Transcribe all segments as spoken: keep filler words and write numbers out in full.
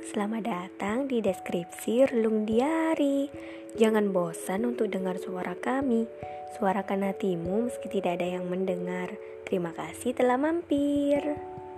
Selamat datang di deskripsi Relung Diari. Jangan bosan untuk dengar suara kami. Suarakan hatimu meski tidak ada yang mendengar. Terima kasih telah mampir.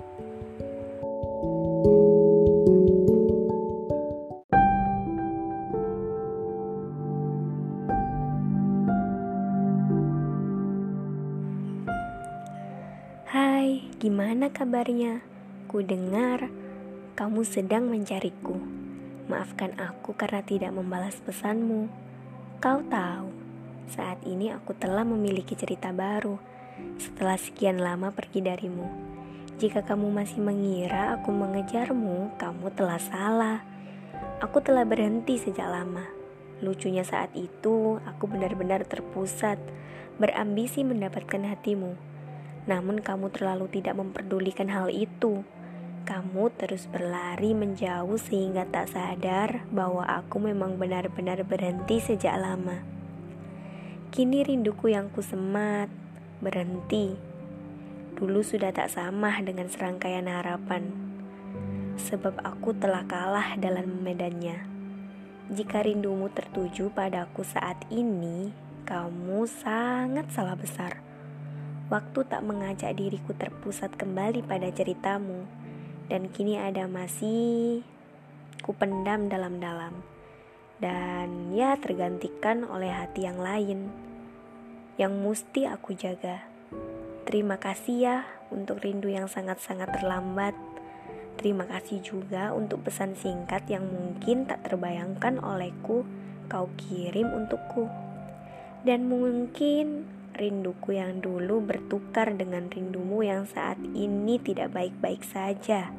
Hai, gimana kabarnya? Ku dengar kamu sedang mencariku. Maafkan aku karena tidak membalas pesanmu. Kau tahu, saat ini aku telah memiliki cerita baru setelah sekian lama pergi darimu. Jika kamu masih mengira aku mengejarmu, kamu telah salah. Aku telah berhenti sejak lama. Lucunya saat itu, aku benar-benar terpusat, berambisi mendapatkan hatimu. Namun kamu terlalu tidak memperdulikan hal itu. Kamu terus berlari menjauh sehingga tak sadar bahwa aku memang benar-benar berhenti sejak lama. Kini rinduku yang kusemat berhenti. Dulu sudah tak samah dengan serangkaian harapan, sebab aku telah kalah dalam medannya. Jika rindumu tertuju padaku saat ini, kamu sangat salah besar. Waktu tak mengajak diriku terpusat kembali pada ceritamu. Dan kini ada masih kupendam dalam-dalam. Dan ya tergantikan oleh hati yang lain yang mesti aku jaga. Terima kasih ya untuk rindu yang sangat-sangat terlambat. Terima kasih juga untuk pesan singkat yang mungkin tak terbayangkan olehku kau kirim untukku. Dan mungkin rinduku yang dulu bertukar dengan rindumu yang saat ini tidak baik-baik saja.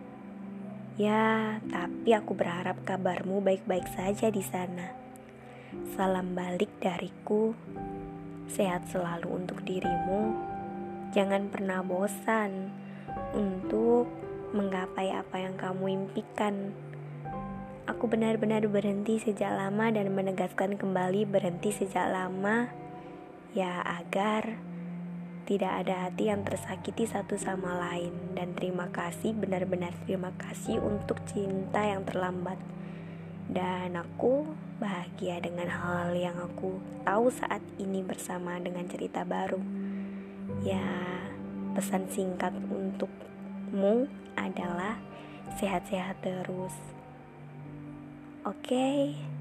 Ya, tapi aku berharap kabarmu baik-baik saja di sana. Salam balik dariku. Sehat selalu untuk dirimu. Jangan pernah bosan untuk menggapai apa yang kamu impikan. Aku benar-benar berhenti sejak lama dan menegaskan kembali berhenti sejak lama. Ya, agar tidak ada hati yang tersakiti satu sama lain. Dan terima kasih, benar-benar terima kasih untuk cinta yang terlambat. Dan aku bahagia dengan hal yang aku tahu saat ini bersama dengan cerita baru. Ya, pesan singkat untukmu adalah sehat-sehat terus. Oke.